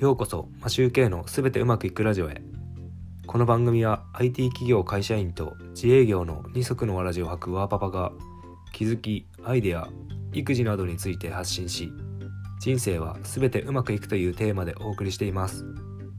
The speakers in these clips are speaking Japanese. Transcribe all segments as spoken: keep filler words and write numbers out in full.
ようこそマシューケーのすべてうまくいくラジオへ。この番組は アイティー 企業会社員と自営業の二足のわらじを履くワーパパが気づき、アイデア、育児などについて発信し、人生はすべてうまくいくというテーマでお送りしています。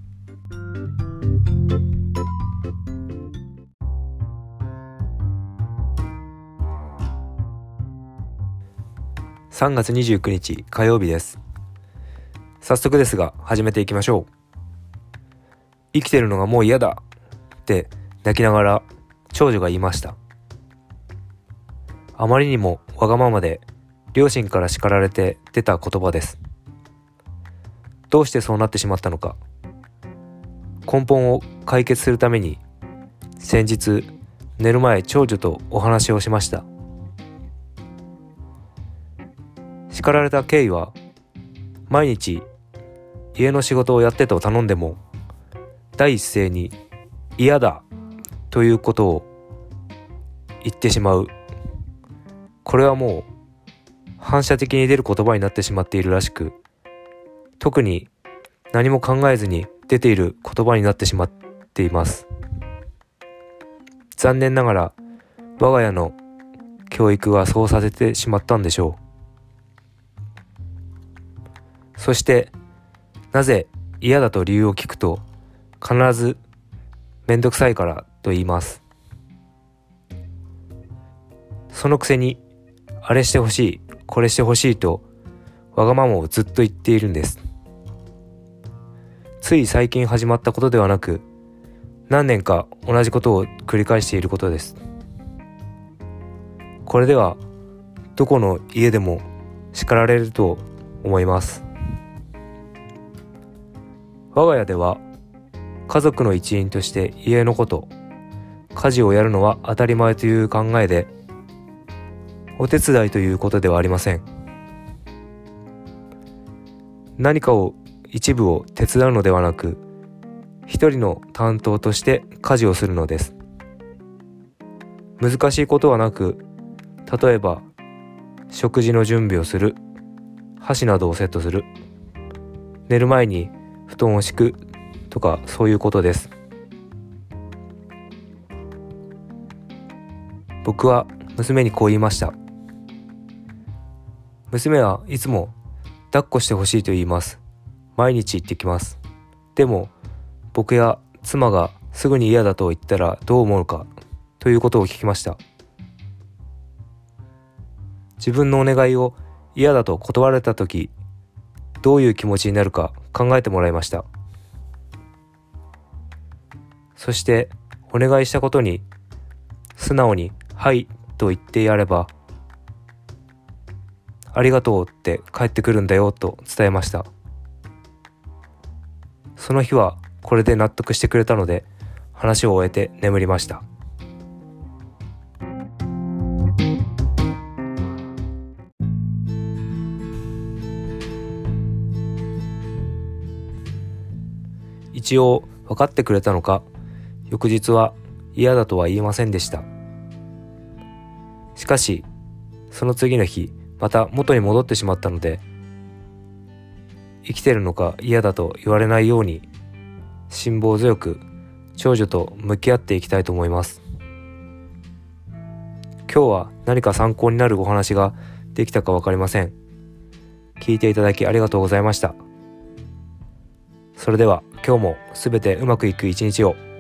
さんがつにじゅうくにち火曜日です。早速ですが始めていきましょう。生きてるのがもう嫌だって泣きながら長女が言いました。あまりにもわがままで両親から叱られて出た言葉です。どうしてそうなってしまったのか、根本を解決するために先日寝る前長女とお話をしました。叱られた経緯は、毎日家の仕事をやってと頼んでも第一声に嫌だということを言ってしまう。これはもう反射的に出る言葉になってしまっているらしく、特に何も考えずに出ている言葉になってしまっています。残念ながら我が家の教育はそうさせてしまったんでしょう。そしてなぜ嫌だと理由を聞くと、必ずめんどくさいからと言います。そのくせにあれしてほしい、これしてほしいとわがままをずっと言っているんです。つい最近始まったことではなく、何年か同じことを繰り返していることです。これではどこの家でも叱られると思います。我が家では家族の一員として家のこと、家事をやるのは当たり前という考えで、お手伝いということではありません。何かを一部を手伝うのではなく、一人の担当として家事をするのです。難しいことはなく、例えば食事の準備をする、箸などをセットする、寝る前に布団を敷くとか、そういうことです。僕は娘にこう言いました。娘はいつも抱っこしてほしいと言います。毎日言ってきます。でも僕や妻がすぐに嫌だと言ったらどう思うかということを聞きました。自分のお願いを嫌だと断られたとき、どういう気持ちになるか考えてもらいました。そしてお願いしたことに素直にはいと言ってやれば、ありがとうって返ってくるんだよと伝えました。その日はこれで納得してくれたので、話を終えて眠りました。一応分かってくれたのか、翌日は嫌だとは言いませんでした。しかしその次の日また元に戻ってしまったので、生きてるのか嫌だと言われないように辛抱強く長女と向き合っていきたいと思います。今日は何か参考になるお話ができたか分かりません。聞いていただきありがとうございました。それでは今日もすべてうまくいく一日を。